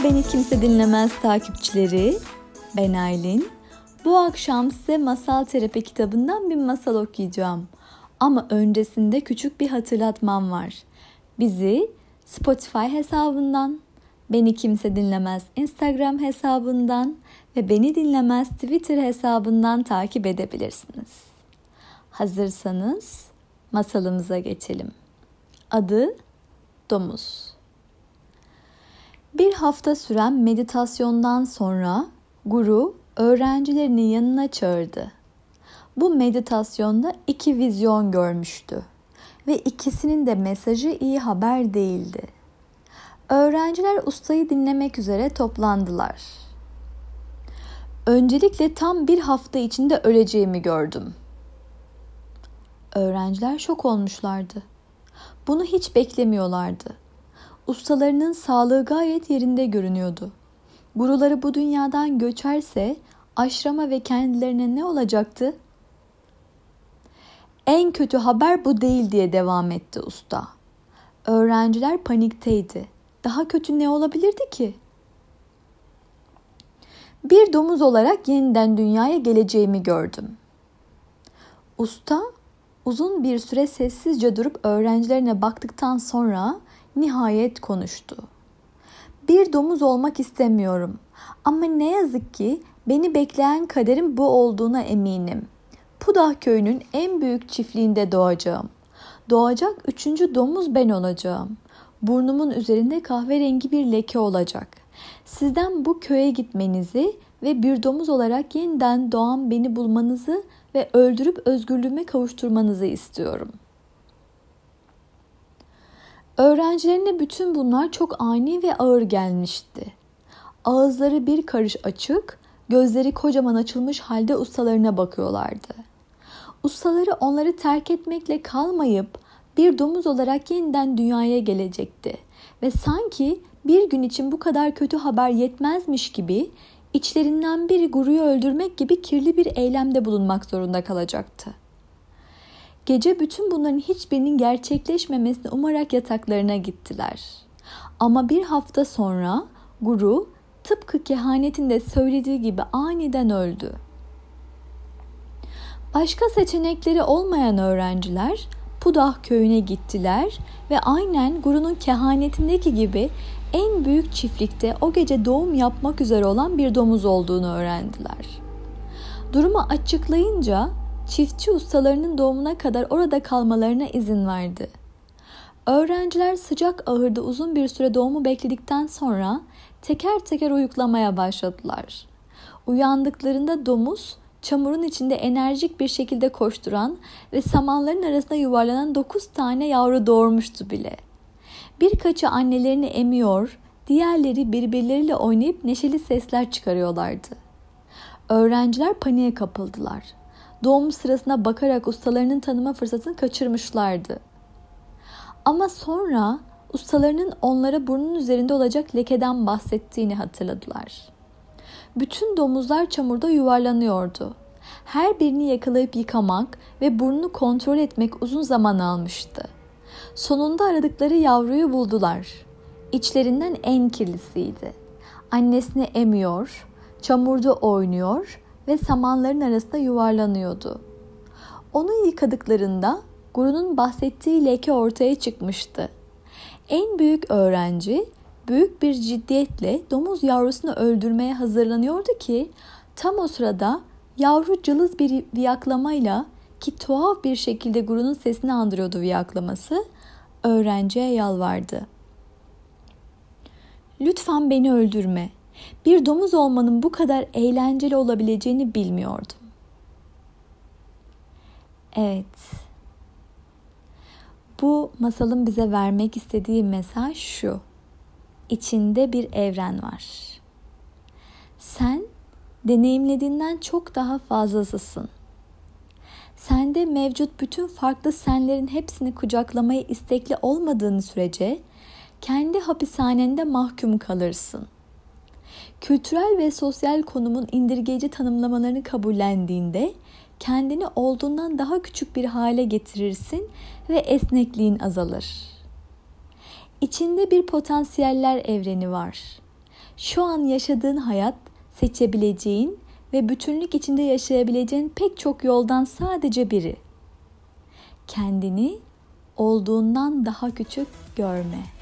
Beni Kimse Dinlemez takipçileri, ben Aylin. Bu akşam size Masal Terapi kitabından bir masal okuyacağım. Ama öncesinde küçük bir hatırlatmam var. Bizi Spotify hesabından, Beni Kimse Dinlemez Instagram hesabından ve Beni Dinlemez Twitter hesabından takip edebilirsiniz. Hazırsanız masalımıza geçelim. Adı Domuz. Bir hafta süren meditasyondan sonra guru öğrencilerini yanına çağırdı. Bu meditasyonda 2 vizyon görmüştü ve ikisinin de mesajı iyi haber değildi. Öğrenciler ustayı dinlemek üzere toplandılar. "Öncelikle tam bir hafta içinde öleceğimi gördüm." Öğrenciler şok olmuşlardı. Bunu hiç beklemiyorlardı. Ustalarının sağlığı gayet yerinde görünüyordu. Guruları bu dünyadan göçerse aşrama ve kendilerine ne olacaktı? "En kötü haber bu değil," diye devam etti usta. Öğrenciler panikteydi. Daha kötü ne olabilirdi ki? "Bir domuz olarak yeniden dünyaya geleceğimi gördüm." Usta uzun bir süre sessizce durup öğrencilerine baktıktan sonra nihayet konuştu. "Bir domuz olmak istemiyorum ama ne yazık ki beni bekleyen kaderin bu olduğuna eminim. Pudah köyünün en büyük çiftliğinde doğacağım. Doğacak 3. domuz ben olacağım. Burnumun üzerinde kahverengi bir leke olacak. Sizden bu köye gitmenizi ve bir domuz olarak yeniden doğan beni bulmanızı ve öldürüp özgürlüğüme kavuşturmanızı istiyorum." Öğrencilerine bütün bunlar çok ani ve ağır gelmişti. Ağızları bir karış açık, gözleri kocaman açılmış halde ustalarına bakıyorlardı. Ustaları onları terk etmekle kalmayıp bir domuz olarak yeniden dünyaya gelecekti ve sanki bir gün için bu kadar kötü haber yetmezmiş gibi içlerinden biri guruyu öldürmek gibi kirli bir eylemde bulunmak zorunda kalacaktı. Gece bütün bunların hiçbirinin gerçekleşmemesini umarak yataklarına gittiler. Ama bir hafta sonra guru tıpkı kehanetinde söylediği gibi aniden öldü. Başka seçenekleri olmayan öğrenciler Pudah köyüne gittiler ve aynen gurunun kehanetindeki gibi en büyük çiftlikte o gece doğum yapmak üzere olan bir domuz olduğunu öğrendiler. Durumu açıklayınca çiftçi ustalarının doğumuna kadar orada kalmalarına izin verdi. Öğrenciler sıcak ahırda uzun bir süre doğumu bekledikten sonra teker teker uyuklamaya başladılar. Uyandıklarında domuz, çamurun içinde enerjik bir şekilde koşturan ve samanların arasında yuvarlanan 9 tane yavru doğurmuştu bile. Birkaçı annelerini emiyor, diğerleri birbirleriyle oynayıp neşeli sesler çıkarıyorlardı. Öğrenciler paniğe kapıldılar. Doğum sırasına bakarak ustalarının tanıma fırsatını kaçırmışlardı. Ama sonra ustalarının onlara burnun üzerinde olacak lekeden bahsettiğini hatırladılar. Bütün domuzlar çamurda yuvarlanıyordu. Her birini yakalayıp yıkamak ve burnunu kontrol etmek uzun zaman almıştı. Sonunda aradıkları yavruyu buldular. İçlerinden en kirlisiydi. Annesini emiyor, çamurda oynuyor ve samanların arasında yuvarlanıyordu. Onu yıkadıklarında gurunun bahsettiği leke ortaya çıkmıştı. En büyük öğrenci büyük bir ciddiyetle domuz yavrusunu öldürmeye hazırlanıyordu ki tam o sırada yavru cılız bir viyaklamayla, ki tuhaf bir şekilde gurunun sesini andırıyordu viyaklaması, öğrenciye yalvardı. "Lütfen beni öldürme. Bir domuz olmanın bu kadar eğlenceli olabileceğini bilmiyordum." Evet. Bu masalın bize vermek istediği mesaj şu: İçinde bir evren var. Sen deneyimlediğinden çok daha fazlasısın. Sende mevcut bütün farklı senlerin hepsini kucaklamaya istekli olmadığın sürece kendi hapishanende mahkum kalırsın. Kültürel ve sosyal konumun indirgeyici tanımlamalarını kabullendiğinde kendini olduğundan daha küçük bir hale getirirsin ve esnekliğin azalır. İçinde bir potansiyeller evreni var. Şu an yaşadığın hayat seçebileceğin ve bütünlük içinde yaşayabileceğin pek çok yoldan sadece biri. Kendini olduğundan daha küçük görme.